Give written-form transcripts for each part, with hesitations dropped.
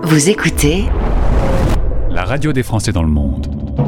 Vous écoutez la radio des Français dans le monde.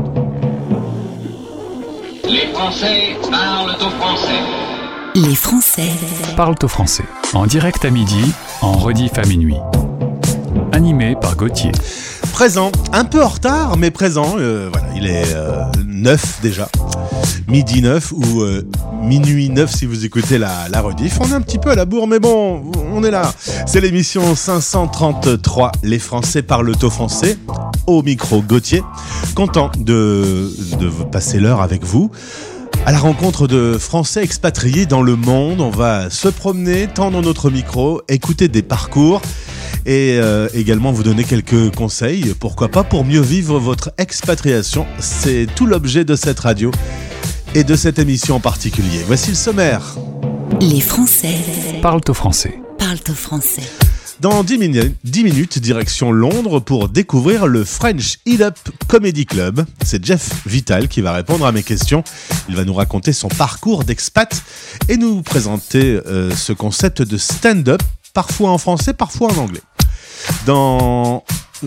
Les Français parlent au français. Les Français Parlent au français. En direct à midi, en rediff à minuit. Animé par Gauthier. Présent, un peu en retard, mais présent. Voilà, il est 9 déjà. Midi 9 ou minuit 9 si vous écoutez la rediff. On est un petit peu à la bourre, mais bon, on est là. C'est l'émission 533. Les Français parlent au français. Au micro, Gauthier. Content de passer l'heure avec vous. À la rencontre de Français expatriés dans le monde, on va se promener, tendre notre micro, écouter des parcours et également vous donner quelques conseils, pourquoi pas, pour mieux vivre votre expatriation. C'est tout l'objet de cette radio et de cette émission en particulier. Voici le sommaire. Les Français Parlent au français. parlent au français. Dans 10 minutes, direction Londres pour découvrir le French Heat Up Comedy Club. C'est Jeff Vital qui va répondre à mes questions. Il va nous raconter son parcours d'expat et nous présenter ce concept de stand-up, parfois en français, parfois en anglais. Dans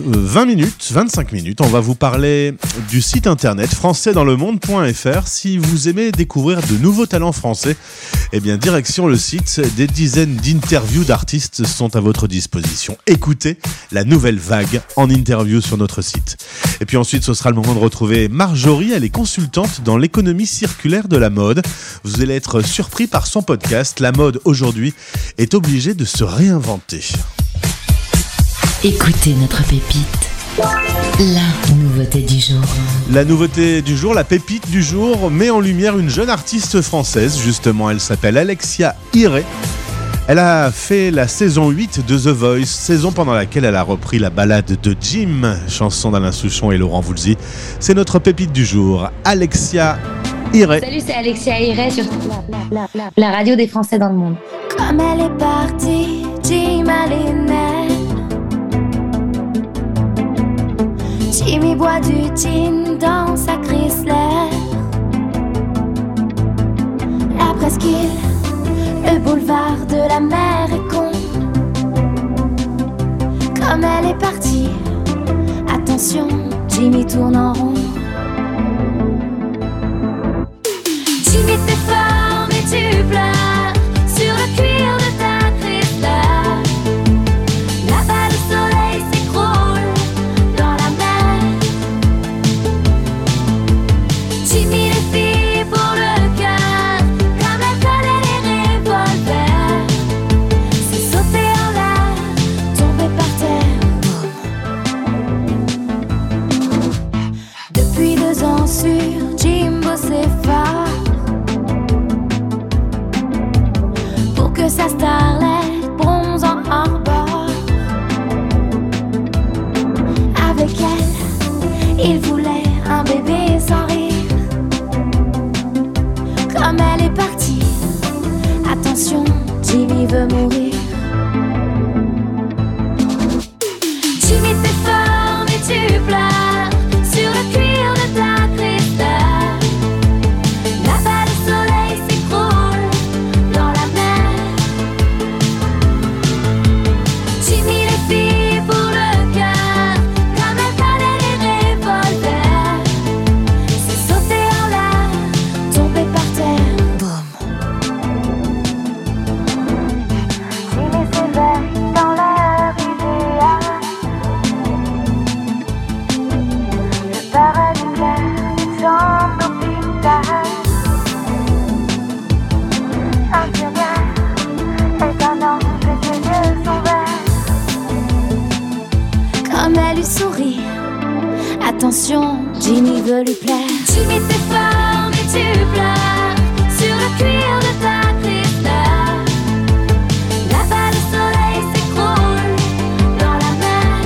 25 minutes, on va vous parler du site internet françaisdanslemonde.fr. Si vous aimez découvrir de nouveaux talents français, eh bien direction le site, des dizaines d'interviews d'artistes sont à votre disposition. Écoutez la nouvelle vague en interview sur notre site. Et puis ensuite, ce sera le moment de retrouver Marjorie, elle est consultante dans l'économie circulaire de la mode. Vous allez être surpris par son podcast. La mode aujourd'hui est obligée de se réinventer. Écoutez notre pépite. La nouveauté du jour. La nouveauté du jour, la pépite du jour, met en lumière une jeune artiste française, justement, elle s'appelle Alexia Hiré. Elle a fait la saison 8 de The Voice, saison pendant laquelle elle a repris la ballade de Jim, chanson d'Alain Souchon et Laurent Voulzy. C'est notre pépite du jour, Alexia Hiré. Salut, c'est Alexia Hiré sur la radio des Français dans le monde. Comme elle est partie, Jim Alinette. Jimmy boit du gin dans sa Chrysler. La presqu'île, le boulevard de la mer est con. Comme elle est partie, attention, Jimmy tourne en rond. Jimmy t'es fort mais tu pleures sur le cuir de ta Chrysler. Là-bas le soleil s'écroule dans la mer. Jimmy les filles pour le cœur, comme l'alcool et les revolvers. C'est sauter en l'air, tomber par terre. Depuis 2 ans sur Jimbo c'est fort pour que sa starlet bronze en hors-bord. Avec elle, il voulait un bébé sans rire. Comme elle est partie, attention, Jimmy veut mourir. Jimmy t'es fort mais tu pleures sur le cuir de ta Chrysler. Là-bas le soleil s'écroule dans la mer. Jimmy les filles pour le cœur, comme l'alcool et les revolvers. C'est sauter en l'air, tomber par terre. Jimmy s'éveille dans l'heure idéale. Le paradis clair, une chambre d'hôpital. Infirmière est un ange et ses yeux sont verts. Comme elle lui sourit, attention, Jimmy veut lui plaire. Jimmy t'es fort mais tu pleures sur le cuir de ta Chrysler. Là-bas le soleil s'écroule dans la mer.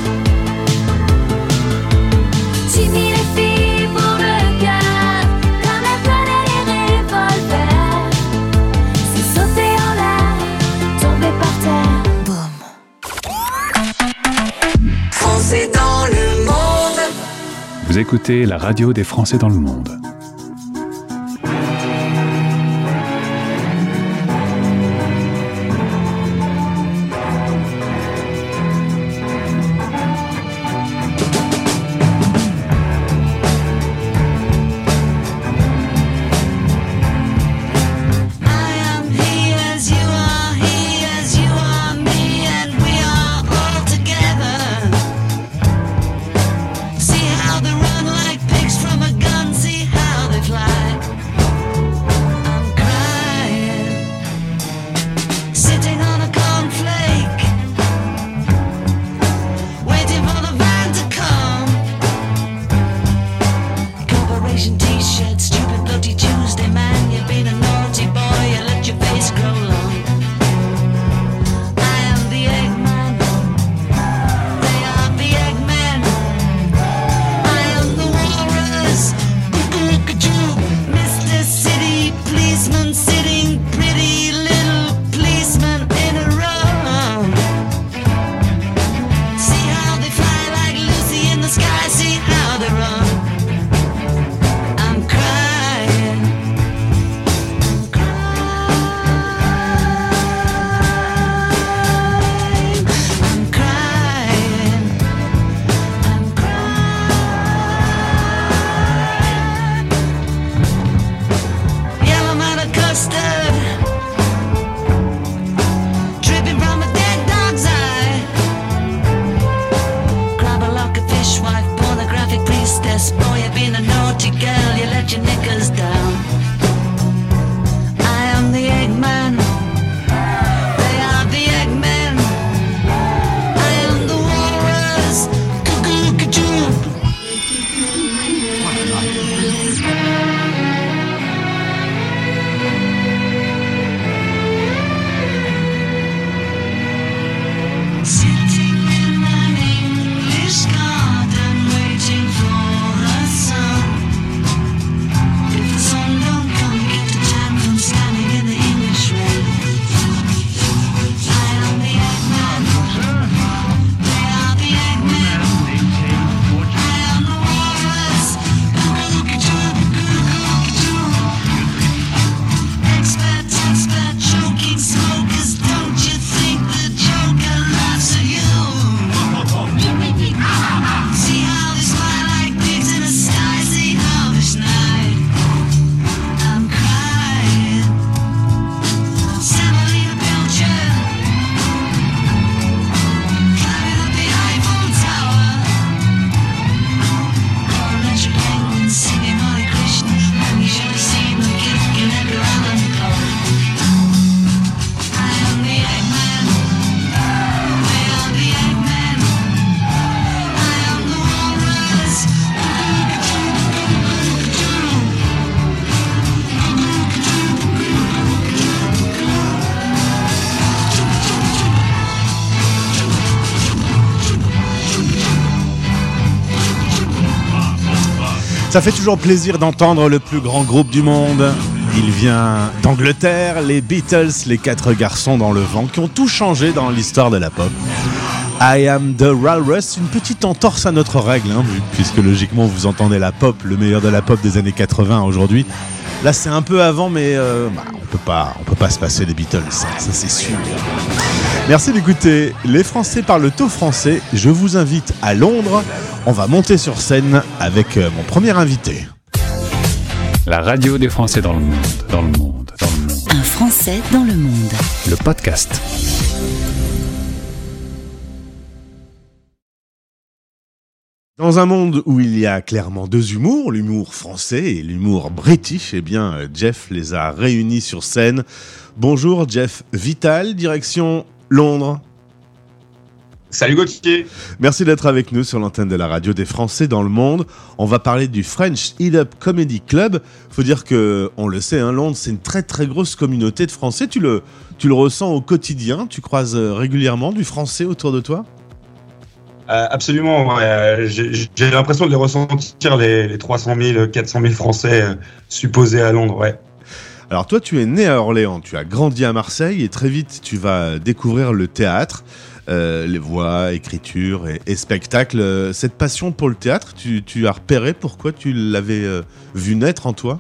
Jimmy les filles pour le cœur, comme l'alcool et les revolvers. C'est sauter en l'air, tomber par terre. Français dans le monde. Vous écoutez la radio des Français dans le monde. Ça fait toujours plaisir d'entendre le plus grand groupe du monde. Il vient d'Angleterre, les Beatles, les 4 garçons dans le vent qui ont tout changé dans l'histoire de la pop. I Am The Walrus, une petite entorse à notre règle, puisque logiquement vous entendez la pop, le meilleur de la pop des années 80 aujourd'hui. Là c'est un peu avant, mais on peut pas se passer des Beatles, ça c'est sûr. Merci d'écouter Les Français parlent au français. Je vous invite à Londres. On va monter sur scène avec mon premier invité. La radio des Français dans le monde. Un Français dans le monde. Le podcast. Dans un monde où il y a clairement 2 humours, l'humour français et l'humour british, eh bien Jeff les a réunis sur scène. Bonjour Jeff Vital, direction Londres. Salut Gauthier. Merci d'être avec nous sur l'antenne de la radio des Français dans le monde. On va parler du French Hit-Up Comedy Club. Faut dire que, on le sait, Londres, c'est une très très grosse communauté de Français. Tu le ressens au quotidien? Tu croises régulièrement du français autour de toi? Absolument. Ouais. J'ai l'impression de les ressentir, les 300 000, 400 000 Français supposés à Londres. Ouais. Alors toi, tu es né à Orléans, tu as grandi à Marseille et très vite, tu vas découvrir le théâtre. Les voix, écriture et spectacle. Cette passion pour le théâtre, tu as repéré pourquoi tu l'avais vu naître en toi?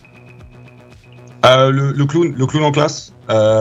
Le clown en classe.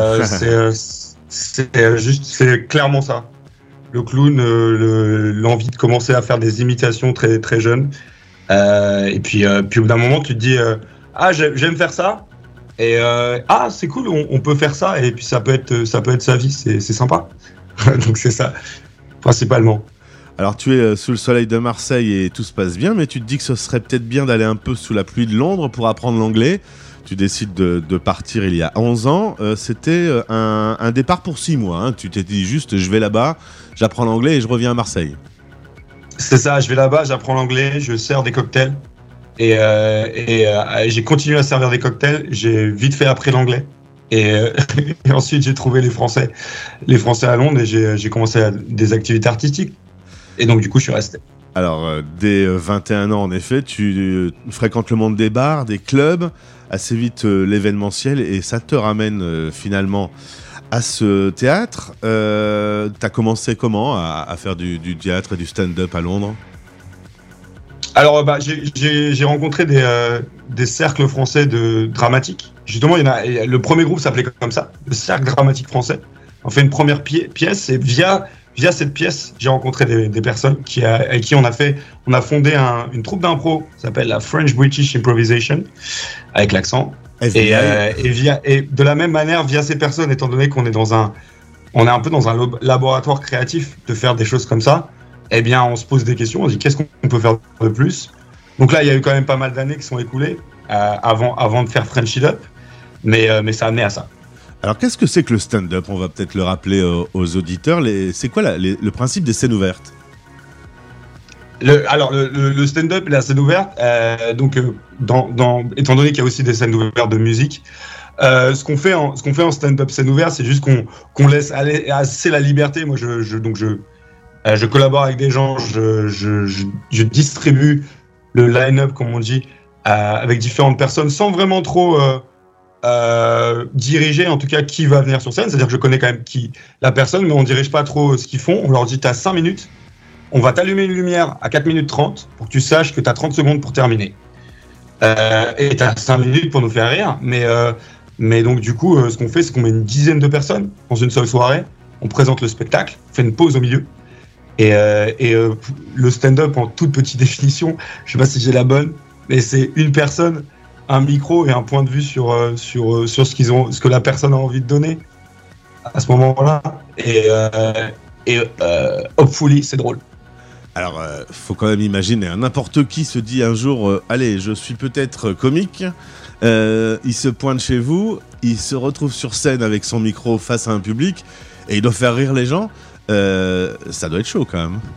C'est clairement ça. Le clown, l'envie de commencer à faire des imitations très très jeune. Et puis au bout d'un moment, tu te dis j'aime faire ça. Et c'est cool, on peut faire ça. Et puis ça peut être sa vie, c'est sympa. Donc c'est ça, principalement. Alors tu es sous le soleil de Marseille et tout se passe bien, mais tu te dis que ce serait peut-être bien d'aller un peu sous la pluie de Londres pour apprendre l'anglais. Tu décides de partir il y a 11 ans. C'était un départ pour 6 mois. Tu t'es dit juste, je vais là-bas, j'apprends l'anglais et je reviens à Marseille. C'est ça, je vais là-bas, j'apprends l'anglais, je sers des cocktails. Et j'ai continué à servir des cocktails, j'ai vite fait appris l'anglais. Et ensuite, j'ai trouvé les Français à Londres et j'ai commencé des activités artistiques. Et donc, du coup, je suis resté. Alors, dès 21 ans, en effet, tu fréquentes le monde des bars, des clubs, assez vite l'événementiel, et ça te ramène finalement à ce théâtre. T'as commencé comment à faire du théâtre et du stand-up à Londres? Alors, j'ai rencontré des cercles français de dramatique. Justement, le premier groupe s'appelait comme ça, le Cercle Dramatique Français. On fait une première pièce et via cette pièce, j'ai rencontré des personnes avec qui on a fondé une troupe d'impro, ça s'appelle la French British Improvisation, avec l'accent. Et de la même manière, via ces personnes, étant donné qu'on est un peu dans un laboratoire créatif de faire des choses comme ça, eh bien, on se pose des questions, on se dit qu'est-ce qu'on peut faire de plus. Donc là, il y a eu quand même pas mal d'années qui sont écoulées avant de faire French Hit-Up, mais ça a amené à ça. Alors, qu'est-ce que c'est que le stand-up? On va peut-être le rappeler aux auditeurs. C'est quoi le principe des scènes ouvertes? Le stand-up et la scène ouverte, étant donné qu'il y a aussi des scènes ouvertes de musique, ce qu'on fait en stand-up scène ouverte, c'est juste qu'on laisse aller assez la liberté. Moi, je collabore avec des gens, je distribue le line-up, comme on dit, avec différentes personnes, sans vraiment trop diriger, en tout cas, qui va venir sur scène. C'est-à-dire que je connais quand même la personne, mais on dirige pas trop ce qu'ils font. On leur dit, t'as 5 minutes, on va t'allumer une lumière à 4 minutes 30 pour que tu saches que t'as 30 secondes pour terminer. Et t'as 5 minutes pour nous faire rire. Mais donc, du coup, ce qu'on fait, c'est qu'on met une dizaine de personnes dans une seule soirée. On présente le spectacle, on fait une pause au milieu. Et le stand-up, en toute petite définition, je sais pas si j'ai la bonne, mais c'est une personne, un micro et un point de vue sur ce que la personne a envie de donner à ce moment-là. Et hopefully, c'est drôle. Alors, faut quand même imaginer, n'importe qui se dit un jour, allez, je suis peut-être comique. Il se pointe chez vous, il se retrouve sur scène avec son micro face à un public et il doit faire rire les gens. Ça doit être chaud quand même.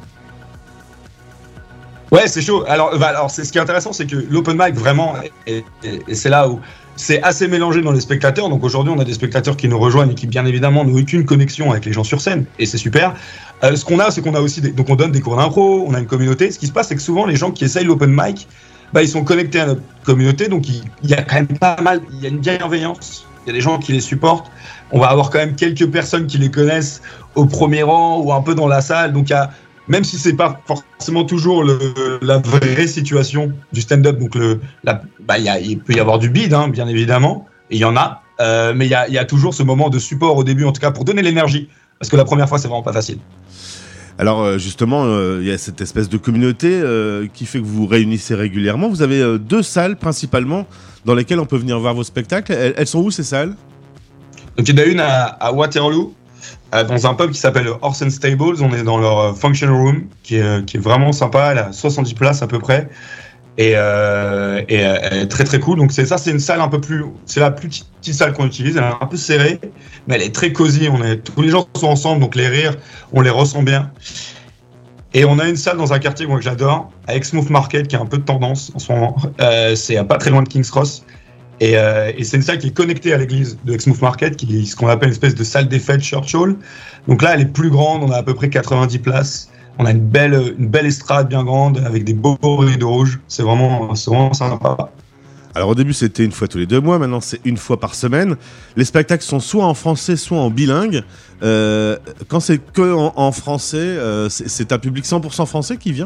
Ouais, c'est chaud. Alors ce qui est intéressant, c'est que l'open mic, vraiment, et c'est là où c'est assez mélangé dans les spectateurs. Donc aujourd'hui, on a des spectateurs qui nous rejoignent et qui, bien évidemment, n'ont aucune connexion avec les gens sur scène. Et c'est super. Ce qu'on a, c'est qu'on a aussi donc on donne des cours d'impro, on a une communauté. Ce qui se passe, c'est que souvent, les gens qui essayent l'open mic ils sont connectés à notre communauté, donc il y a quand même pas mal, il y a une bienveillance, il y a des gens qui les supportent. On va avoir quand même quelques personnes qui les connaissent au premier rang ou un peu dans la salle, donc même si c'est pas forcément toujours la vraie situation du stand-up, donc il peut y avoir du bide, hein, bien évidemment, et il y en a, mais il y a toujours ce moment de support au début, en tout cas pour donner l'énergie, parce que la première fois c'est vraiment pas facile. Alors justement, il y a cette espèce de communauté qui fait que vous vous réunissez régulièrement. Vous avez 2 salles principalement dans lesquelles on peut venir voir vos spectacles. Elles sont où ces salles ? Donc il y en a une à Waterloo, dans un pub qui s'appelle Horse and Stables. On est dans leur function room qui est vraiment sympa. Elle a 70 places à peu près et elle est très très cool. Donc c'est une salle un peu plus, c'est la plus petite salle qu'on utilise. Elle est un peu serrée, mais elle est très cosy. Tous les gens sont ensemble, donc les rires, on les ressent bien. Et on a une salle dans un quartier que j'adore, à Exmouth Market, qui a un peu de tendance en ce moment. C'est pas très loin de King's Cross. Et c'est une salle qui est connectée à l'église de Exmouth Market, qui est ce qu'on appelle une espèce de salle des fêtes Church Hall. Donc là, elle est plus grande, on a à peu près 90 places. On a une belle estrade bien grande avec des beaux rideaux rouges. C'est vraiment sympa. Alors au début, c'était une fois tous les 2 mois. Maintenant, c'est une fois par semaine. Les spectacles sont soit en français, soit en bilingue. Quand c'est que en français, c'est un public 100% français qui vient ?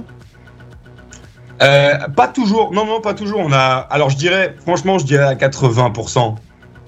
Pas toujours. Non, pas toujours. Alors je dirais à 80%.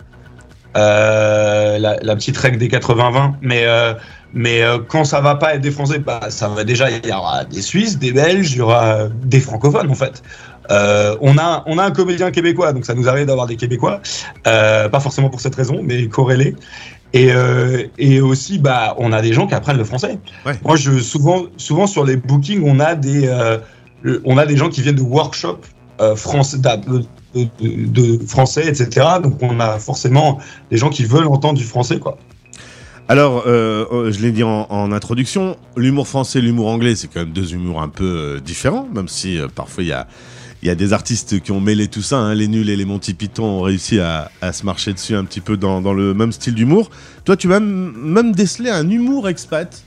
La petite règle des 80-20. Mais quand ça va pas être des Français, ça va déjà. Il y aura des Suisses, des Belges, il y aura des francophones en fait. On a un comédien québécois, donc ça nous arrive d'avoir des Québécois. Pas forcément pour cette raison, mais corrélés. Et aussi, on a des gens qui apprennent le français. Ouais. Moi, souvent sur les bookings, on a des gens qui viennent de workshops français, de français, etc. Donc, on a forcément des gens qui veulent entendre du français, quoi. Alors, je l'ai dit en introduction, l'humour français et l'humour anglais, c'est quand même 2 humours un peu différents, même si parfois il y a des artistes qui ont mêlé tout ça, hein. Les Nuls et les Monty Python ont réussi à se marcher dessus un petit peu dans le même style d'humour. Toi, tu vas même déceler un humour expat.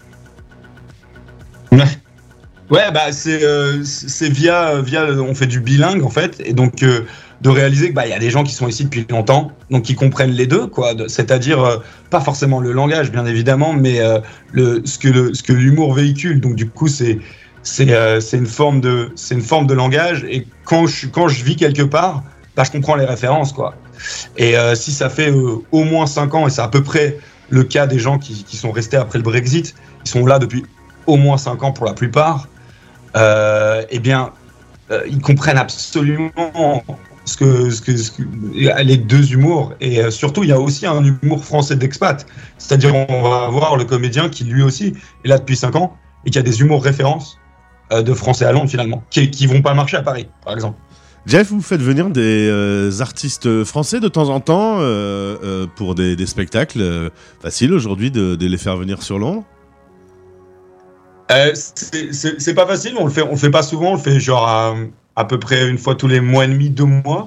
Ouais, c'est via on fait du bilingue en fait, et donc de réaliser que y a des gens qui sont ici depuis longtemps, donc qui comprennent les deux, quoi. C'est-à-dire pas forcément le langage, bien évidemment, mais ce que l'humour véhicule. Donc du coup, c'est une forme de langage, et quand je vis quelque part, je comprends les références, quoi. Et si ça fait au moins 5 ans, et c'est à peu près le cas des gens qui sont restés après le Brexit, ils sont là depuis au moins 5 ans pour la plupart. Ils comprennent absolument les 2 humours, et surtout il y a aussi un humour français d'expat, c'est-à-dire on va avoir le comédien qui lui aussi est là depuis 5 ans et qui a des humours références de français à Londres finalement, qui vont pas marcher à Paris par exemple. Jeff, vous faites venir des artistes français de temps en temps pour des spectacles. Facile aujourd'hui de les faire venir sur Londres? C'est pas facile, on le fait pas souvent, on le fait genre à peu près une fois tous les mois et demi, 2 mois.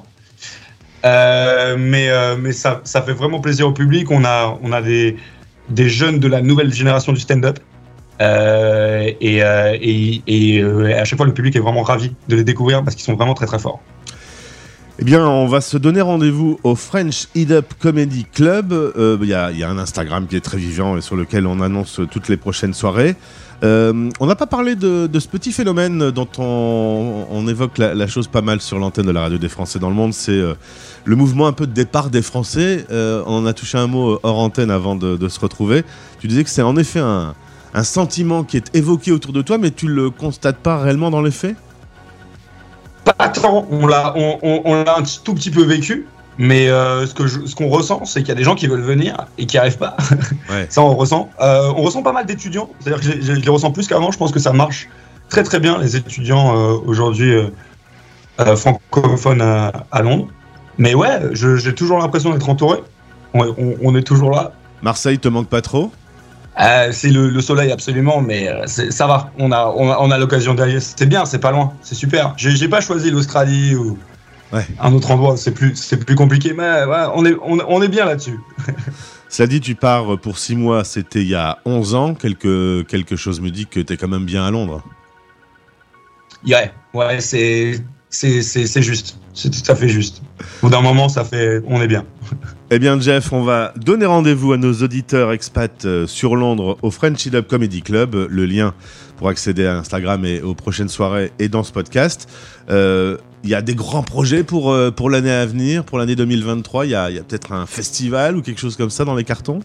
Mais ça fait vraiment plaisir au public. On a des jeunes de la nouvelle génération du stand-up. Et à chaque fois, le public est vraiment ravi de les découvrir parce qu'ils sont vraiment très très forts. Eh bien, on va se donner rendez-vous au French Hit-Up Comedy Club. Il y a un Instagram qui est très vivant et sur lequel on annonce toutes les prochaines soirées. On n'a pas parlé de ce petit phénomène dont on évoque la chose pas mal sur l'antenne de la radio des Français dans le monde, c'est le mouvement un peu de départ des Français. On en a touché un mot hors antenne avant de se retrouver. Tu disais que c'est en effet un sentiment qui est évoqué autour de toi, mais tu le constates pas réellement dans les faits ? Pas tant, on l'a un tout petit peu vécu, mais ce qu'on ressent, c'est qu'il y a des gens qui veulent venir et qui n'y arrivent pas. Ouais. Ça, on ressent. On ressent pas mal d'étudiants, c'est-à-dire que je les ressens plus qu'avant. Je pense que ça marche très très bien, les étudiants aujourd'hui francophones à Londres. Mais ouais, j'ai toujours l'impression d'être entouré. On est toujours là. Marseille te manque pas trop ? C'est le soleil absolument, mais ça va. On a l'occasion d'aller. C'est bien, c'est pas loin, c'est super. J'ai pas choisi l'Australie ou un autre endroit. C'est plus compliqué, mais ouais, on est bien là-dessus. Cela dit, tu pars pour 6 mois. C'était il y a 11 ans. Quelque chose me dit que t'es quand même bien à Londres. Ouais, c'est c'est juste. C'est tout à fait juste. Au bout d'un moment, on est bien. Eh bien, Jeff, on va donner rendez-vous à nos auditeurs expats sur Londres au French Hill Up Comedy Club. Le lien pour accéder à Instagram et aux prochaines soirées est dans ce podcast. Il y a des grands projets pour l'année à venir, pour l'année 2023. Il y a peut-être un festival ou quelque chose comme ça dans les cartons.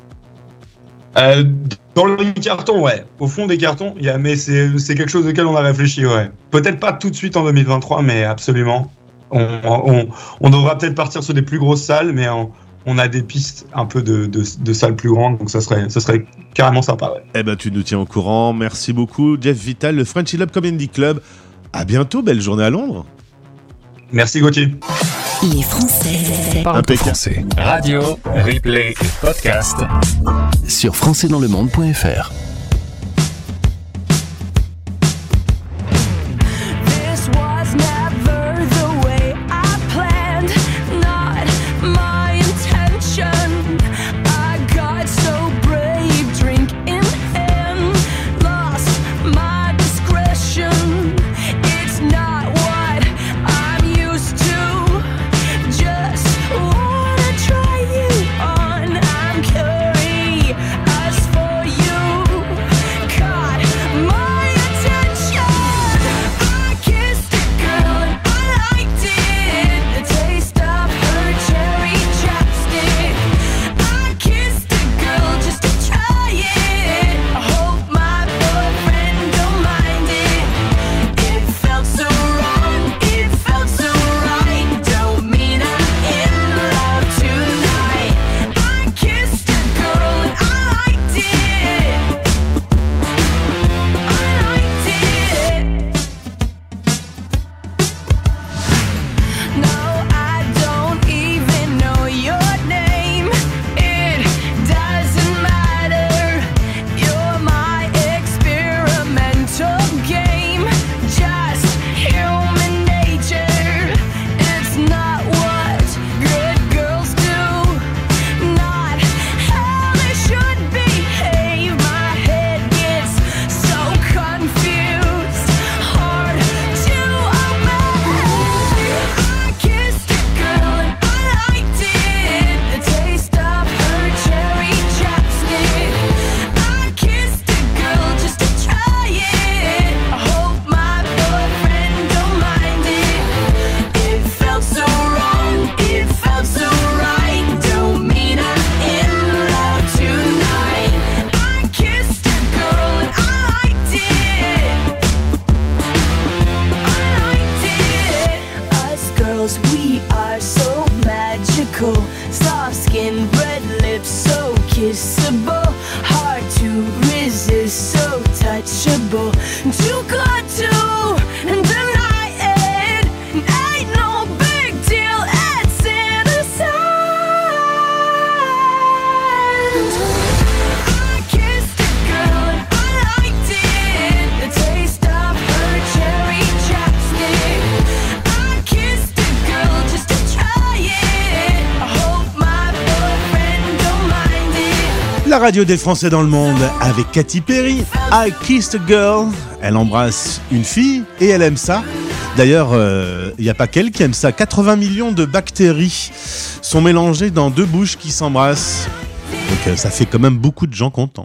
Dans les cartons, ouais. Au fond des cartons, mais c'est quelque chose auquel on a réfléchi, ouais. Peut-être pas tout de suite en 2023, mais absolument. On devra peut-être partir sur des plus grosses salles, mais on a des pistes un peu de salles plus grandes, donc ça serait carrément sympa, ouais. Eh ben, tu nous tiens au courant. Merci beaucoup, Jeff Vital, le French Hill Up Comedy Club. À bientôt, belle journée à Londres. Merci, Gauthier. Les Français parlent français. Radio, replay et podcast sur françaisdanslemonde.fr. La radio des Français dans le monde avec Katy Perry, I Kissed a Girl. Elle embrasse une fille et elle aime ça. D'ailleurs, il n'y a pas qu'elle qui aime ça. 80 millions de bactéries sont mélangées dans deux bouches qui s'embrassent. Donc ça fait quand même beaucoup de gens contents.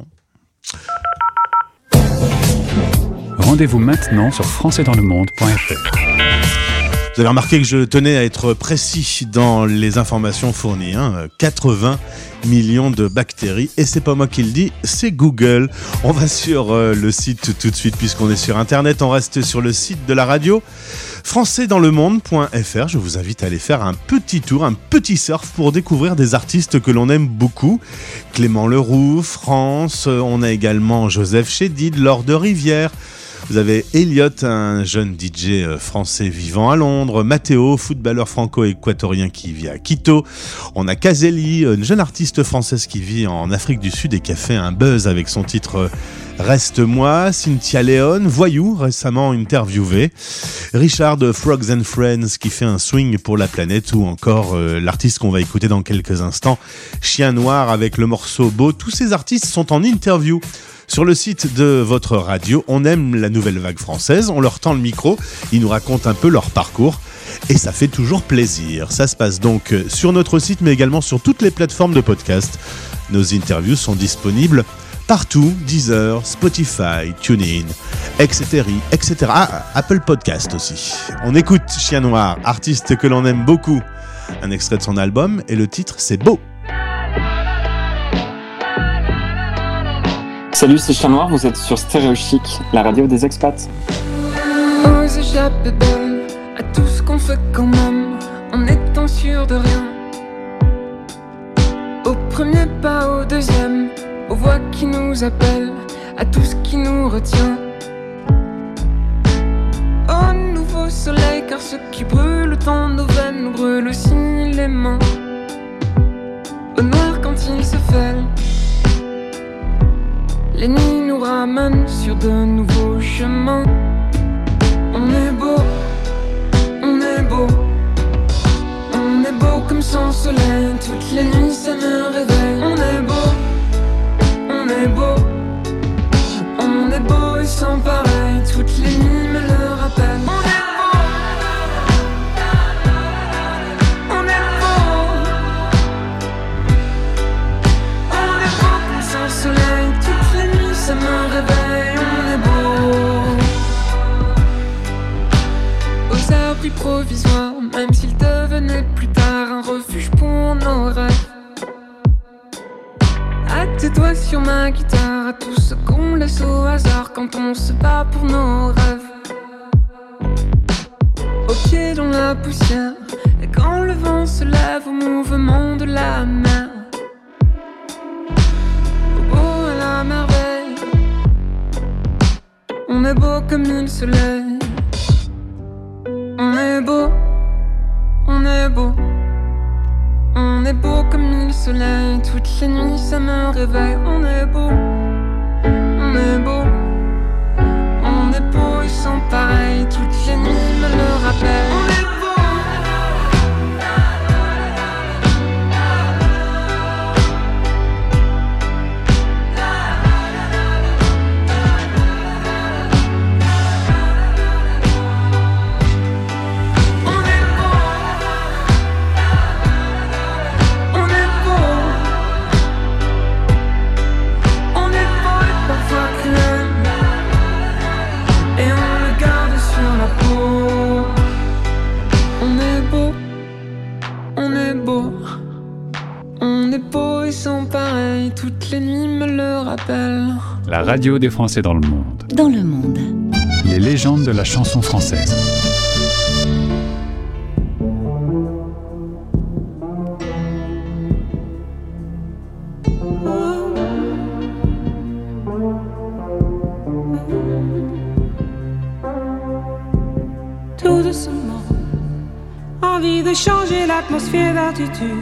Rendez-vous maintenant sur françaisdanslemonde.fr. Vous avez remarqué que je tenais à être précis dans les informations fournies. 80 millions de bactéries. Et c'est pas moi qui le dis, c'est Google. On va sur le site tout de suite puisqu'on est sur Internet. On reste sur le site de la radio. françaisdanslemonde.fr. Je vous invite à aller faire un petit tour, un petit surf pour découvrir des artistes que l'on aime beaucoup. Clément Leroux, France. On a également Joseph Chédid, Laure de Rivière. Vous avez Elliot, un jeune DJ français vivant à Londres. Mathéo, footballeur franco-équatorien qui vit à Quito. On a Kazeli, une jeune artiste française qui vit en Afrique du Sud et qui a fait un buzz avec son titre Reste-moi. Cynthia Leon, voyou, récemment interviewée. Richard de Frogs and Friends qui fait un swing pour la planète. Ou encore l'artiste qu'on va écouter dans quelques instants, Chien Noir avec le morceau Beau. Tous ces artistes sont en interview Sur le site de votre radio, on aime la nouvelle vague française, on leur tend le micro, ils nous racontent un peu leur parcours et ça fait toujours plaisir. Ça se passe donc sur notre site mais également sur toutes les plateformes de podcast. Nos interviews sont disponibles partout, Deezer, Spotify, TuneIn, etc. Ah, Apple Podcast aussi. On écoute Chien Noir, artiste que l'on aime beaucoup. Un extrait de son album et le titre c'est Beau. Salut, c'est Chien Noir, vous êtes sur Stéréo Chic, la radio des expats. Aux échappées belles, à tout ce qu'on fait quand même, en étant sûr de rien. Au premier pas, au deuxième, aux voix qui nous appellent, à tout ce qui nous retient. Au nouveau soleil, car ce qui brûle dans nos veines nous brûle aussi les mains. Au noir quand il se fait, les nuits nous ramènent sur de nouveaux chemins. On est beau, on est beau, on est beau comme sans soleil. Toutes les nuits ça me réveille. On est beau, on est beau, on est beau et sans pareil. Toutes les nuits me le rappellent. On est beau, on est beau, on est beau comme sans soleil. Toutes les nuits ça me réveille. On est beau. Aux abris provisoires, même s'ils devenaient plus tard un refuge pour nos rêves. À tes doigts sur ma guitare, à tout ce qu'on laisse au hasard quand on se bat pour nos rêves. Aux pieds dans la poussière, et quand le vent se lève au mouvement de la mer. Au beau à la merveille, on est beau comme le soleil. On est beau, on est beau, on est beau comme le soleil. Toutes les nuits ça me réveille. On est beau, on est beau, on est beau et sans pareil. Toutes les nuits me le rappellent. On est beau, toutes les nuits me le rappellent. La radio des Français dans le monde. Dans le monde. Les légendes de la chanson française. Tout doucement, envie de changer l'atmosphère d'attitude.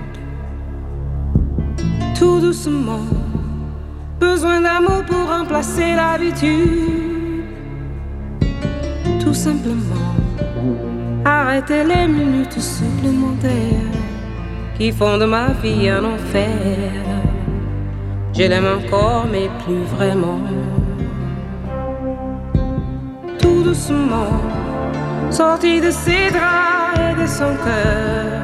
Tout doucement, besoin d'amour pour remplacer l'habitude. Tout simplement, arrêter les minutes supplémentaires qui font de ma vie un enfer. Je l'aime encore mais plus vraiment. Tout doucement, sorti de ses draps et de son cœur.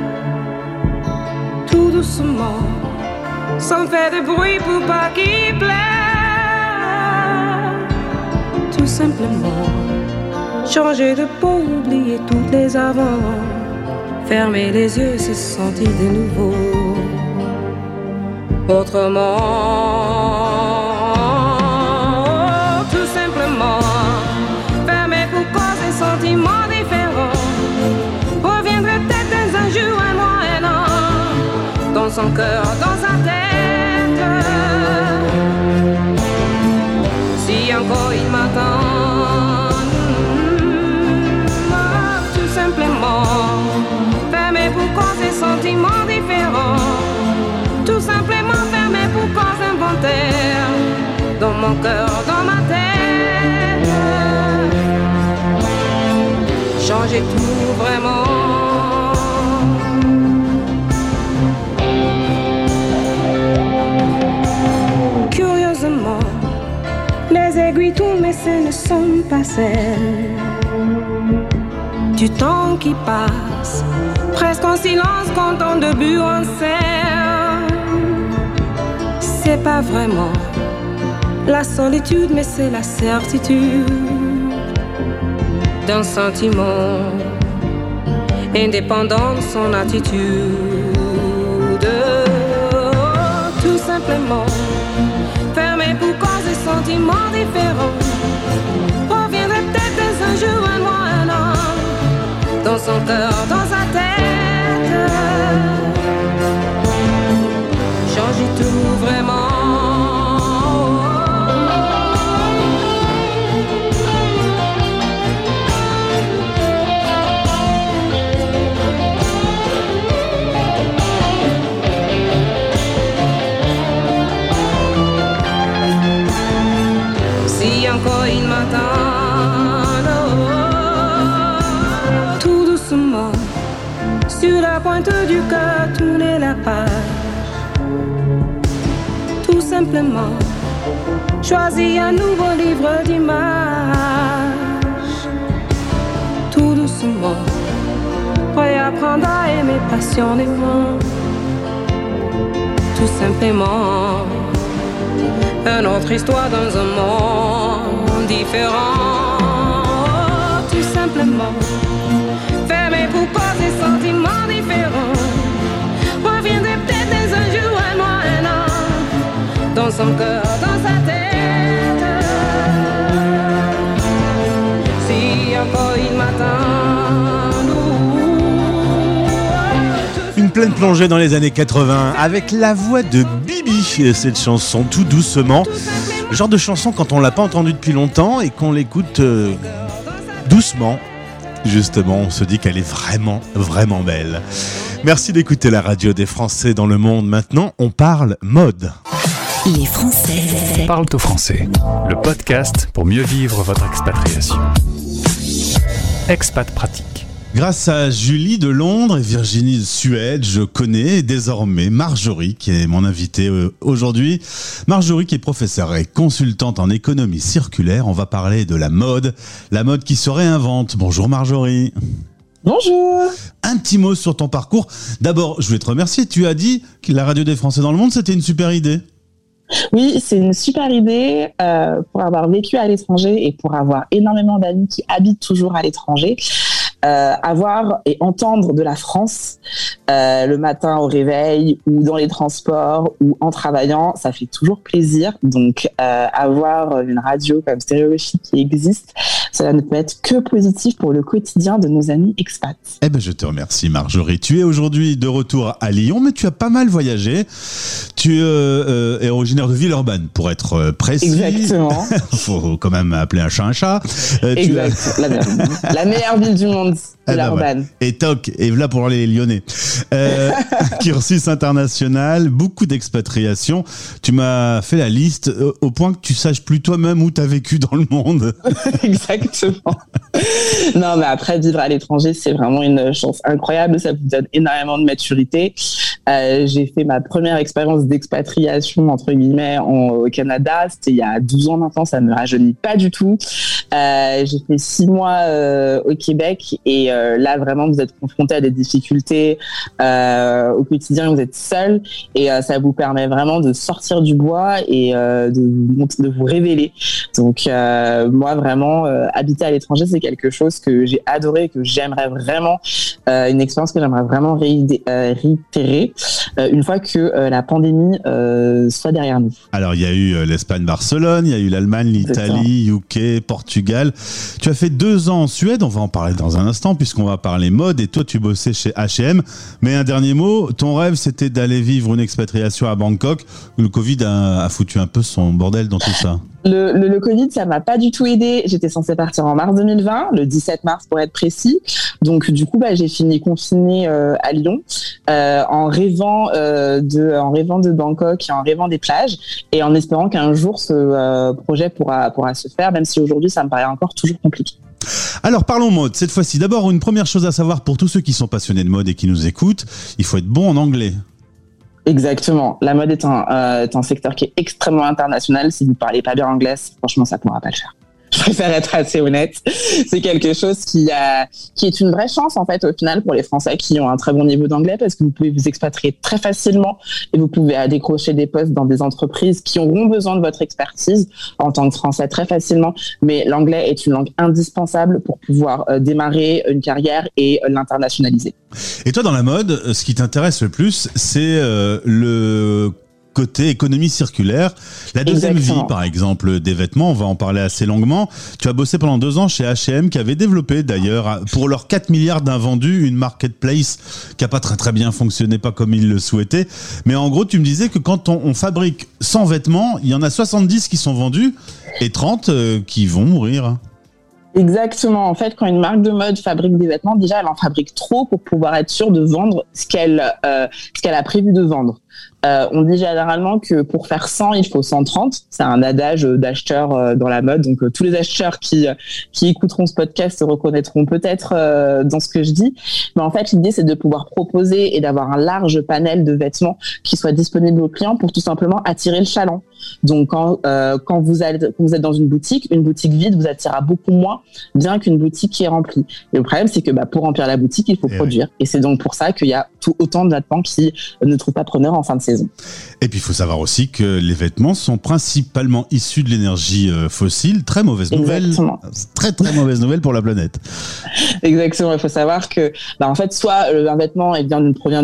Tout doucement, sans faire de bruit pour pas qu'il pleure. Tout simplement, changer de peau, oublier toutes les avant. Fermer les yeux, se sentir de nouveau autrement. Tout simplement, fermer pour causer sentiments différents. Reviendrait peut-être dans un jour, un mois, un an, dans son cœur, dans sa tête. Si encore il m'attend, tout simplement, fermer pour causer sentiments différents. Tout simplement fermer pour cause inventaire. Dans mon cœur, dans ma tête. Changer tout vraiment. Curieusement, silencieusement. Les aiguilles tournent mais ce ne sont pas celles du temps qui passe, presque en silence quand on début en scène. C'est pas vraiment la solitude mais c'est la certitude d'un sentiment indépendant de son attitude. Tout simplement fermé pour cause des sentiments différents. Reviendrait peut-être un jour un mois, un an, dans son cœur, dans sa tête. Changer tout vraiment. Encore il m'attend, tout doucement, sur la pointe du cœur, tourner la page. Tout simplement, choisis un nouveau livre d'images. Tout doucement, prêt à apprendre à aimer passionnément. Tout simplement, une autre histoire dans un monde différent. Tout simplement, fermé pour cause des sentiments différents. Reviendrait peut-être un jour, un mois, un an, dans son cœur, dans sa tête. Si encore il m'attend. Une pleine plongée dans les années 80 avec la voix de Bibi, cette chanson Tout doucement. Le genre de chanson quand on l'a pas entendue depuis longtemps et qu'on l'écoute doucement, justement, on se dit qu'elle est vraiment, vraiment belle. Merci d'écouter la radio des Français dans le monde. Maintenant, on parle mode. Les Français parlent au français. Le podcast pour mieux vivre votre expatriation. Expat pratique. Grâce à Julie de Londres et Virginie de Suède, je connais désormais Marjorie, qui est mon invitée aujourd'hui. Marjorie qui est professeure et consultante en économie circulaire. On va parler de la mode qui se réinvente. Bonjour Marjorie. Bonjour. Un petit mot sur ton parcours. D'abord, je voulais te remercier. Tu as dit que la radio des Français dans le monde, c'était une super idée. Oui, c'est une super idée pour avoir vécu à l'étranger et pour avoir énormément d'amis qui habitent toujours à l'étranger. Avoir et entendre de la France le matin au réveil ou dans les transports ou en travaillant, ça fait toujours plaisir. Donc avoir une radio comme Stéréo Chic qui existe, cela ne peut être que positif pour le quotidien de nos amis expats. Eh ben, je te remercie Marjorie. Tu es aujourd'hui de retour à Lyon, mais tu as pas mal voyagé. Tu es originaire de Villeurbanne, pour être précis. Exactement. Faut quand même appeler un chat un chat. Exact. La meilleure ville du monde. Villeurbanne. Et toc, et voilà pour les Lyonnais. Cursus international, beaucoup d'expatriation. Tu m'as fait la liste au point que tu saches plus toi-même où tu as vécu dans le monde. Exactement. Non, mais après, vivre à l'étranger, c'est vraiment une chance incroyable. Ça vous donne énormément de maturité. J'ai fait ma première expérience d'expatriation, entre guillemets, au Canada. C'était il y a 12 ans maintenant, ça ne me rajeunit pas du tout. J'ai fait 6 mois au Québec et là, vraiment, vous êtes confronté à des difficultés au quotidien, vous êtes seul et ça vous permet vraiment de sortir du bois et de vous révéler. Donc, moi, vraiment, habiter à l'étranger, c'est quelque chose que j'ai adoré, que j'aimerais vraiment, une expérience que j'aimerais vraiment réitérer une fois que la pandémie soit derrière nous. Alors, il y a eu l'Espagne-Barcelone, il y a eu l'Allemagne, l'Italie, UK, Portugal. Tu as fait 2 ans en Suède, on va en parler dans un instant puisqu'on va parler mode et toi tu bossais chez H&M. Mais un dernier mot, ton rêve c'était d'aller vivre une expatriation à Bangkok. Le Covid a foutu un peu son bordel dans tout ça. Le Covid, ça m'a pas du tout aidé. J'étais censée partir en mars 2020, le 17 mars pour être précis. Donc du coup, j'ai fini confinée à Lyon, en rêvant de Bangkok et en rêvant des plages et en espérant qu'un jour ce projet pourra se faire, même si aujourd'hui ça me paraît encore toujours compliqué. Alors parlons mode cette fois-ci. D'abord, une première chose à savoir pour tous ceux qui sont passionnés de mode et qui nous écoutent, il faut être bon en anglais. Exactement. La mode est un secteur qui est extrêmement international. Si vous ne parlez pas bien anglais, franchement, ça ne pourra pas le faire. Je préfère être assez honnête. C'est quelque chose qui est une vraie chance, en fait, au final, pour les Français qui ont un très bon niveau d'anglais, parce que vous pouvez vous expatrier très facilement et vous pouvez décrocher des postes dans des entreprises qui auront besoin de votre expertise en tant que Français très facilement. Mais l'anglais est une langue indispensable pour pouvoir démarrer une carrière et l'internationaliser. Et toi, dans la mode, ce qui t'intéresse le plus, c'est le côté économie circulaire, la deuxième vie par exemple des vêtements, on va en parler assez longuement. Tu as bossé pendant 2 ans chez H&M qui avait développé d'ailleurs pour leurs 4 milliards d'invendus une marketplace qui a pas très bien fonctionné, pas comme ils le souhaitaient. Mais en gros tu me disais que quand on fabrique 100 vêtements, il y en a 70 qui sont vendus et 30 qui vont mourir. Exactement. En fait, quand une marque de mode fabrique des vêtements, déjà elle en fabrique trop pour pouvoir être sûre de vendre ce qu'elle a prévu de vendre. On dit généralement que pour faire 100, il faut 130. C'est un adage d'acheteurs dans la mode. Donc, tous les acheteurs qui écouteront ce podcast se reconnaîtront peut-être dans ce que je dis. Mais en fait, l'idée, c'est de pouvoir proposer et d'avoir un large panel de vêtements qui soient disponibles aux clients pour tout simplement attirer le chaland. Donc, quand vous êtes dans une boutique vide vous attirera beaucoup moins bien qu'une boutique qui est remplie. Et le problème, c'est que pour remplir la boutique, il faut produire. Et c'est donc pour ça qu'il y a autant de vêtements qui ne trouvent pas preneur en fin de saison. Et puis il faut savoir aussi que les vêtements sont principalement issus de l'énergie fossile. Très mauvaise nouvelle. Très mauvaise nouvelle pour la planète. Exactement. Il faut savoir que, en fait, soit un vêtement provient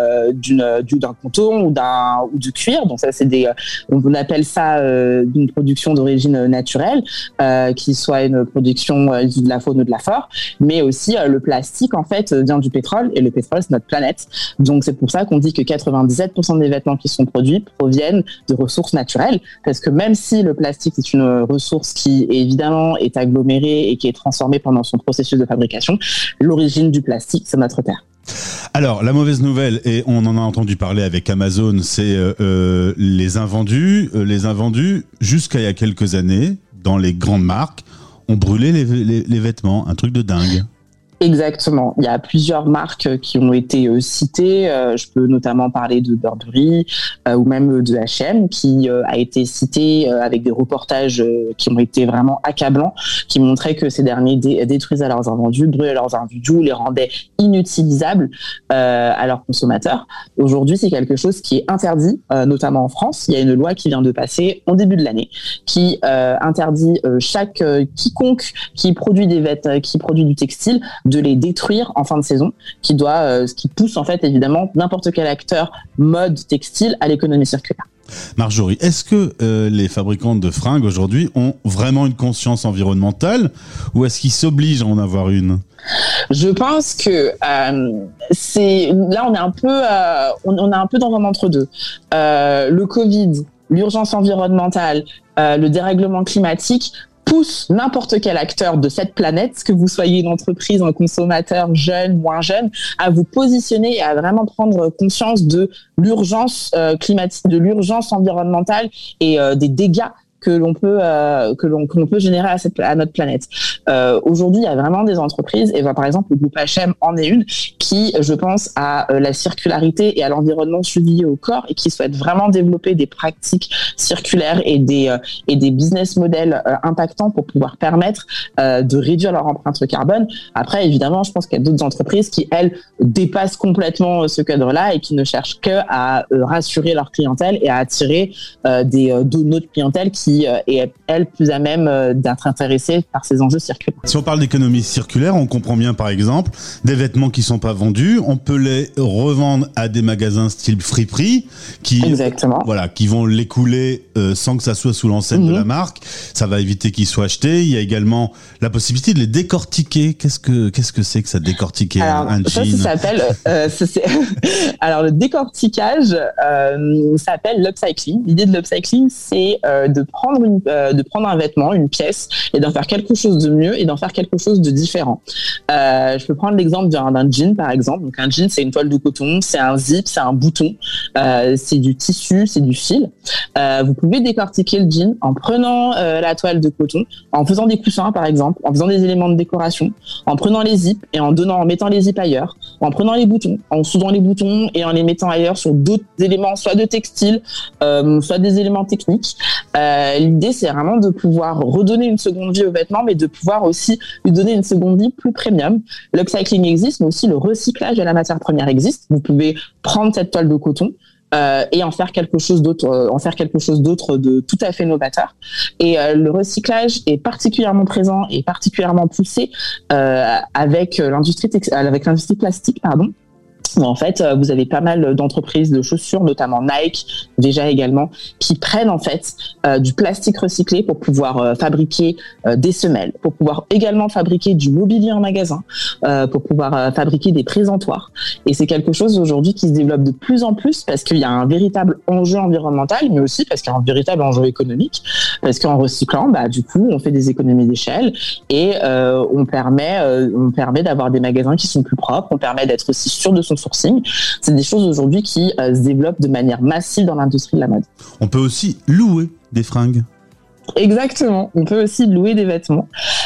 d'un coton ou du cuir. Donc ça, on appelle ça une production d'origine naturelle, qui soit une production issue de la faune ou de la flore. Mais aussi le plastique en fait vient du pétrole et le pétrole c'est notre planète. Donc c'est pour ça qu'on dit que 97% des vêtements qui sont produits proviennent de ressources naturelles, parce que même si le plastique est une ressource qui évidemment est agglomérée et qui est transformée pendant son processus de fabrication, l'origine du plastique c'est notre terre. Alors, la mauvaise nouvelle, et on en a entendu parler avec Amazon, c'est les invendus. Les invendus, jusqu'à il y a quelques années, dans les grandes marques, ont brûlé les vêtements. Un truc de dingue. Exactement. Il y a plusieurs marques qui ont été citées. Je peux notamment parler de Burberry ou même de H&M qui a été cité avec des reportages qui ont été vraiment accablants, qui montraient que ces derniers détruisaient leurs invendus, brûlaient leurs invendus ou les rendaient inutilisables à leurs consommateurs. Aujourd'hui, c'est quelque chose qui est interdit, notamment en France. Il y a une loi qui vient de passer en début de l'année qui interdit quiconque qui produit qui produit du textile de les détruire en fin de saison, ce qui pousse en fait évidemment n'importe quel acteur mode textile à l'économie circulaire. Marjorie, est-ce que les fabricants de fringues aujourd'hui ont vraiment une conscience environnementale ou est-ce qu'ils s'obligent à en avoir une ? Je pense que là on est un peu dans un entre-deux. Le Covid, l'urgence environnementale, le dérèglement climatique pousse n'importe quel acteur de cette planète, que vous soyez une entreprise, un consommateur jeune, moins jeune, à vous positionner et à vraiment prendre conscience de l'urgence climatique, de l'urgence environnementale et des dégâts que l'on peut générer à notre planète. Aujourd'hui, il y a vraiment des entreprises, et par exemple le groupe H&M en est une, qui, je pense, a la circularité et à l'environnement suivi au corps et qui souhaite vraiment développer des pratiques circulaires et des business models impactants pour pouvoir permettre de réduire leur empreinte carbone. Après, évidemment, je pense qu'il y a d'autres entreprises qui, elles, dépassent complètement ce cadre-là et qui ne cherchent qu'à rassurer leur clientèle et à attirer d'autres clientèles qui est, elle, plus à même d'être intéressée par ces enjeux circulaires. Si on parle d'économie circulaire, on comprend bien, par exemple, des vêtements qui ne sont pas vendus, on peut les revendre à des magasins style Friperie qui vont l'écouler sans que ça soit sous l'enseigne de la marque. Ça va éviter qu'ils soient achetés. Il y a également la possibilité de les décortiquer. Qu'est-ce que c'est que ça, décortiquer un jean ? Ça s'appelle... Alors, le décortiquage s'appelle l'upcycling. L'idée de l'upcycling, c'est de prendre un vêtement, une pièce, et d'en faire quelque chose de mieux mieux et d'en faire quelque chose de différent. Je peux prendre l'exemple d'un jean, par exemple. Donc, un jean, c'est une toile de coton, c'est un zip, c'est un bouton, c'est du tissu, c'est du fil. Vous pouvez décortiquer le jean en prenant la toile de coton, en faisant des coussins, par exemple, en faisant des éléments de décoration, en prenant les zips et en mettant les zips ailleurs, en prenant les boutons, en soudant les boutons et en les mettant ailleurs sur d'autres éléments, soit de textile, soit des éléments techniques. L'idée, c'est vraiment de pouvoir redonner une seconde vie aux vêtements, mais de pouvoir aussi lui donner une seconde vie plus premium. L'upcycling existe, mais aussi le recyclage de la matière première existe. Vous pouvez prendre cette toile de coton et en faire quelque chose d'autre, de tout à fait novateur. Et le recyclage est particulièrement présent et particulièrement poussé avec l'industrie plastique, pardon. Où en fait, vous avez pas mal d'entreprises de chaussures, notamment Nike, déjà également, qui prennent en fait du plastique recyclé pour pouvoir fabriquer des semelles, pour pouvoir également fabriquer du mobilier en magasin, pour pouvoir fabriquer des présentoirs. Et c'est quelque chose aujourd'hui qui se développe de plus en plus parce qu'il y a un véritable enjeu environnemental, mais aussi parce qu'il y a un véritable enjeu économique. Parce qu'en recyclant, du coup, on fait des économies d'échelle et on permet d'avoir des magasins qui sont plus propres, on permet d'être aussi sûr de son sourcing. C'est des choses aujourd'hui qui se développent de manière massive dans l'industrie de la mode. On peut aussi louer des fringues. Exactement, on peut aussi louer des vêtements.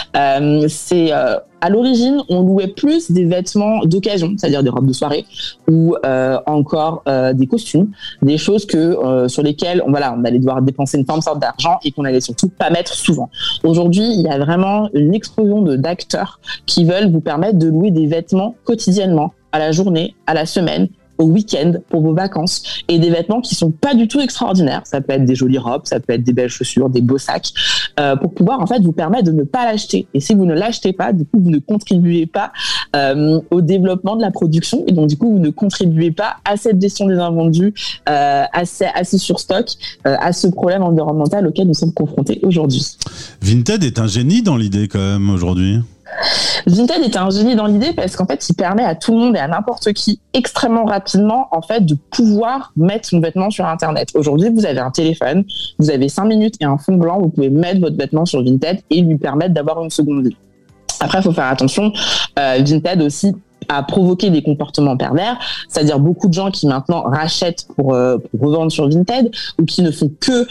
À l'origine, on louait plus des vêtements d'occasion, c'est-à-dire des robes de soirée ou encore des costumes, des choses sur lesquelles on allait devoir dépenser une sorte d'argent et qu'on allait surtout pas mettre souvent. Aujourd'hui, il y a vraiment une explosion d'acteurs qui veulent vous permettre de louer des vêtements quotidiennement, à la journée, à la semaine, au week-end, pour vos vacances, et des vêtements qui sont pas du tout extraordinaires. Ça peut être des jolies robes, ça peut être des belles chaussures, des beaux sacs, pour pouvoir en fait vous permettre de ne pas l'acheter. Et si vous ne l'achetez pas, du coup vous ne contribuez pas au développement de la production, et donc du coup vous ne contribuez pas à cette gestion des invendus, à ce surstock, à ce problème environnemental auquel nous sommes confrontés aujourd'hui. Vinted est un génie dans l'idée quand même aujourd'hui. Vinted est un génie dans l'idée parce qu'en fait, il permet à tout le monde et à n'importe qui extrêmement rapidement en fait de pouvoir mettre son vêtement sur Internet. Aujourd'hui, vous avez un téléphone, vous avez 5 minutes et un fond blanc, vous pouvez mettre votre vêtement sur Vinted et lui permettre d'avoir une seconde vie. Après, il faut faire attention. Vinted aussi a provoqué des comportements pervers, c'est-à-dire beaucoup de gens qui maintenant rachètent pour revendre sur Vinted ou qui ne font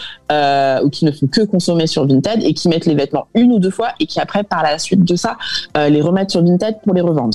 que consommer sur Vinted et qui mettent les vêtements une ou deux fois et qui après par la suite de ça les remettent sur Vinted pour les revendre.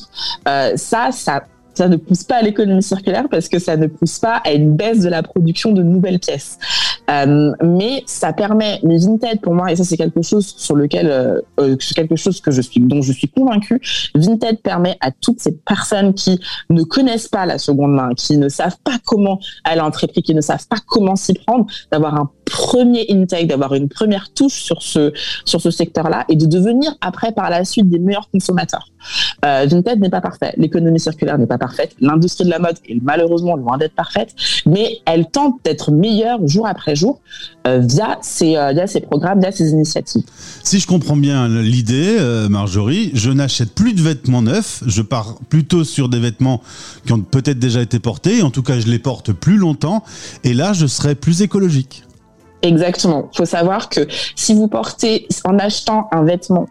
Ça ne pousse pas à l'économie circulaire parce que ça ne pousse pas à une baisse de la production de nouvelles pièces. Mais ça permet, mais Vinted pour moi, et ça c'est quelque chose sur lequel, dont je suis convaincue, Vinted permet à toutes ces personnes qui ne connaissent pas la seconde main, qui ne savent pas comment aller en prix, qui ne savent pas comment s'y prendre, d'avoir un premier intake, d'avoir une première touche sur ce secteur-là et de devenir après par la suite des meilleurs consommateurs. Vinted n'est pas parfait, l'économie circulaire n'est pas parfaite, l'industrie de la mode est malheureusement loin d'être parfaite, mais elle tente d'être meilleure jour après jour via ces programmes, via ces initiatives. Si je comprends bien l'idée, Marjorie, je n'achète plus de vêtements neufs, je pars plutôt sur des vêtements qui ont peut-être déjà été portés, en tout cas je les porte plus longtemps, et là je serai plus écologique. Exactement. Il faut savoir que si vous portez, en achetant un vêtement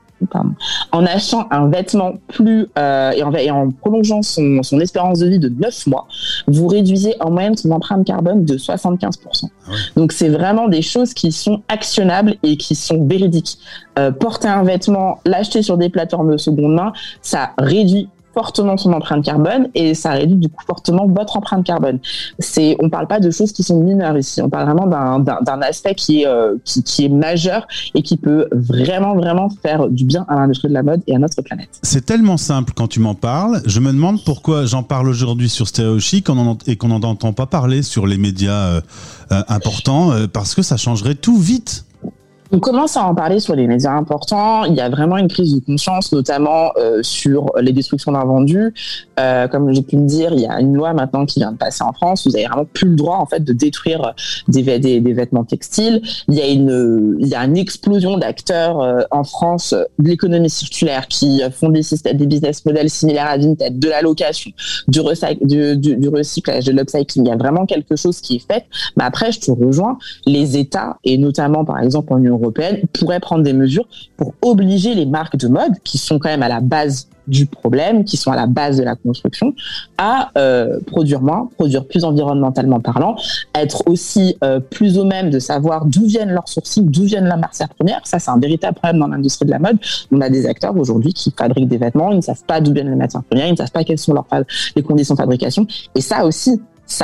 plus et en prolongeant son espérance de vie de 9 mois, vous réduisez en moyenne son empreinte carbone de 75%. Ah ouais. Donc c'est vraiment des choses qui sont actionnables et qui sont véridiques. Porter un vêtement, l'acheter sur des plateformes de seconde main, ça réduit fortement son empreinte carbone et ça réduit du coup fortement votre empreinte carbone. On parle pas de choses qui sont mineures ici, on parle vraiment d'un aspect qui est majeur et qui peut vraiment faire du bien à l'industrie de la mode et à notre planète. C'est tellement simple quand tu m'en parles, je me demande pourquoi j'en parle aujourd'hui sur Stéréo Chic et qu'on n'en entend pas parler sur les médias importants, parce que ça changerait tout vite. On commence à en parler sur les médias importants. Il y a vraiment une prise de conscience, notamment sur les destructions d'invendus. comme j'ai pu le dire, il y a une loi maintenant qui vient de passer en France. Vous avez vraiment plus le droit en fait de détruire des vêtements textiles. Il y a une explosion d'acteurs en France de l'économie circulaire qui font des business models similaires à Vinted, de la location, du recyclage, de l'upcycling. Il y a vraiment quelque chose qui est fait. Mais après, je te rejoins, les États, et notamment par exemple en Union européenne, pourraient prendre des mesures pour obliger les marques de mode, qui sont quand même à la base du problème, qui sont à la base de la construction, à produire moins, produire plus environnementalement parlant, être aussi plus au même de savoir d'où viennent leurs sourcils, d'où viennent leurs matières premières. Ça, c'est un véritable problème dans l'industrie de la mode. On a des acteurs aujourd'hui qui fabriquent des vêtements, ils ne savent pas d'où viennent les matières premières, ils ne savent pas quelles sont les conditions de fabrication. Et ça aussi, c'est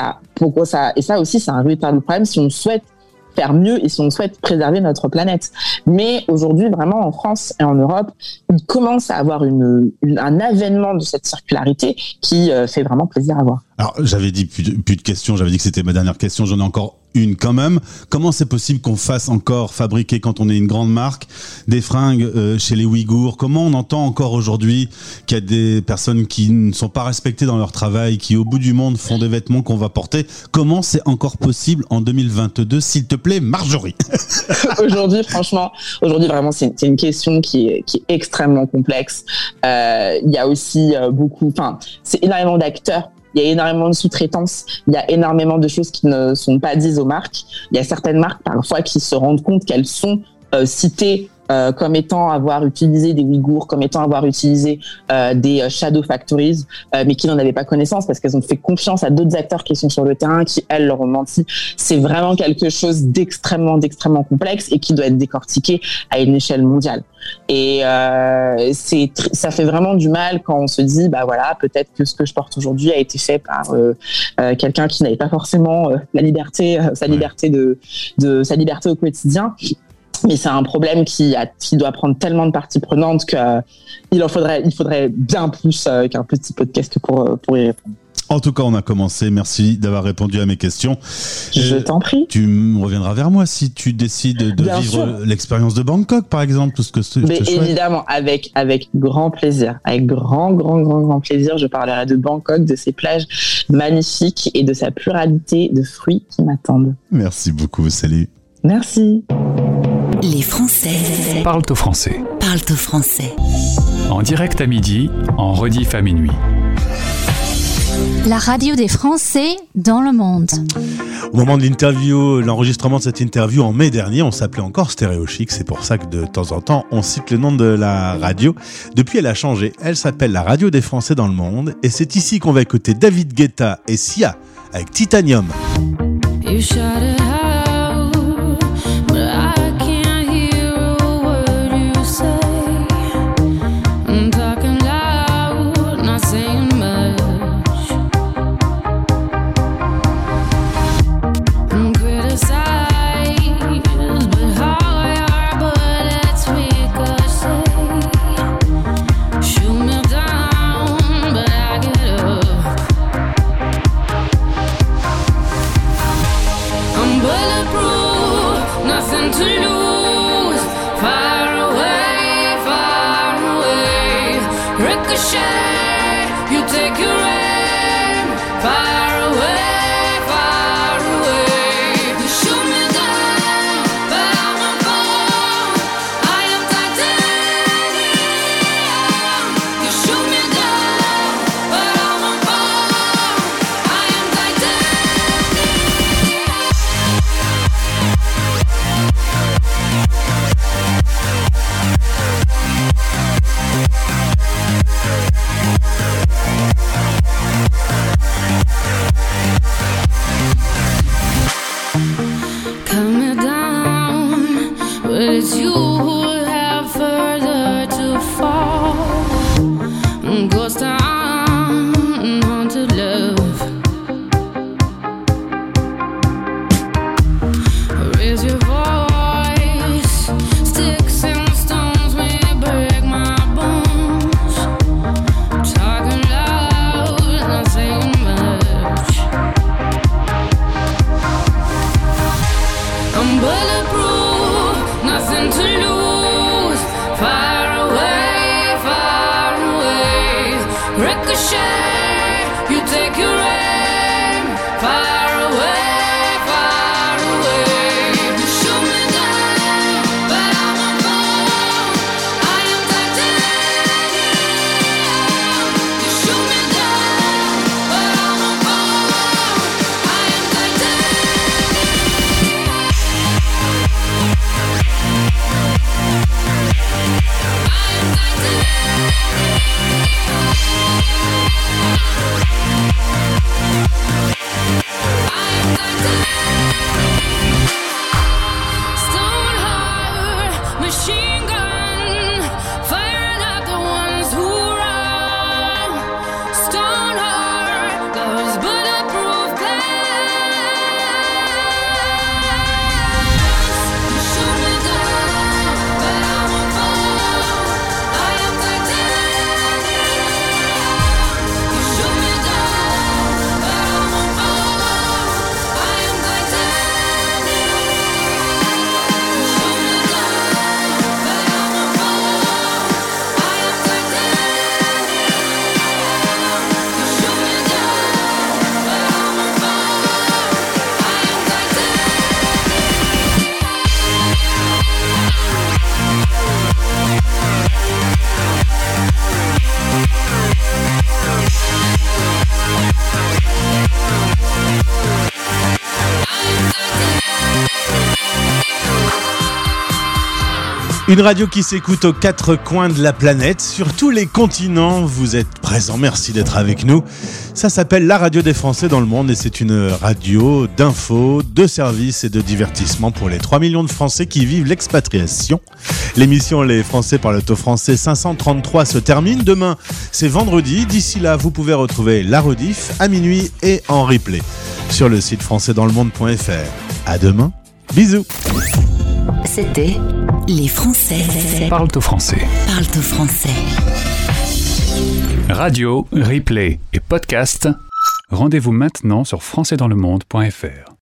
un véritable problème si on souhaite faire mieux et si on souhaite préserver notre planète. Mais aujourd'hui, vraiment, en France et en Europe, il commence à avoir un avènement de cette circularité qui fait vraiment plaisir à voir. Alors, j'avais dit plus de questions, j'avais dit que c'était ma dernière question, j'en ai encore une quand même. Comment c'est possible qu'on fasse encore fabriquer, quand on est une grande marque, des fringues chez les Ouïghours? Comment on entend encore aujourd'hui qu'il y a des personnes qui ne sont pas respectées dans leur travail, qui au bout du monde font des vêtements qu'on va porter? Comment c'est encore possible en 2022, s'il te plaît, Marjorie? Aujourd'hui, vraiment, c'est une question qui est extrêmement complexe. Il y a aussi c'est énormément d'acteurs. Il y a énormément de sous-traitance, il y a énormément de choses qui ne sont pas dites aux marques. Il y a certaines marques parfois qui se rendent compte qu'elles sont citées comme étant avoir utilisé des Ouïghours, comme étant avoir utilisé des shadow factories, mais qui n'en avaient pas connaissance parce qu'elles ont fait confiance à d'autres acteurs qui sont sur le terrain, qui elles leur ont menti. C'est vraiment quelque chose d'extrêmement complexe et qui doit être décortiqué à une échelle mondiale. Et ça fait vraiment du mal quand on se dit peut-être que ce que je porte aujourd'hui a été fait par quelqu'un qui n'avait pas forcément sa liberté au quotidien. Mais c'est un problème qui doit prendre tellement de parties prenantes qu'il faudrait bien plus qu'un petit podcast pour y répondre. En tout cas, on a commencé. Merci d'avoir répondu à mes questions. Je t'en prie. Tu reviendras vers moi si tu décides de bien vivre sûr. L'expérience de Bangkok, par exemple, tout ce que je te souhaite. Évidemment, avec grand plaisir. Avec grand plaisir, je parlerai de Bangkok, de ses plages magnifiques et de sa pluralité de fruits qui m'attendent. Merci beaucoup. Salut. Merci. Les Français parlent au français. En direct à midi, en rediff à minuit. La radio des Français dans le monde. Au moment de l'enregistrement de cette interview en mai dernier, on s'appelait encore Stéréo Chic. C'est pour ça que de temps en temps, on cite le nom de la radio. Depuis, elle a changé. Elle s'appelle la radio des Français dans le monde. Et c'est ici qu'on va écouter David Guetta et Sia avec Titanium. Ricochet. Une radio qui s'écoute aux quatre coins de la planète, sur tous les continents. Vous êtes présents, merci d'être avec nous. Ça s'appelle la radio des Français dans le monde et c'est une radio d'infos, de services et de divertissement pour les 3 millions de Français qui vivent l'expatriation. L'émission Les Français parlent au français 533 se termine. Demain, c'est vendredi. D'ici là, vous pouvez retrouver la rediff à minuit et en replay sur le site françaisdanslemonde.fr. À demain. Bisous. C'était Les Français Parle au français. parlent au français. Radio, replay et podcast. Rendez-vous maintenant sur françaisdanslemonde.fr.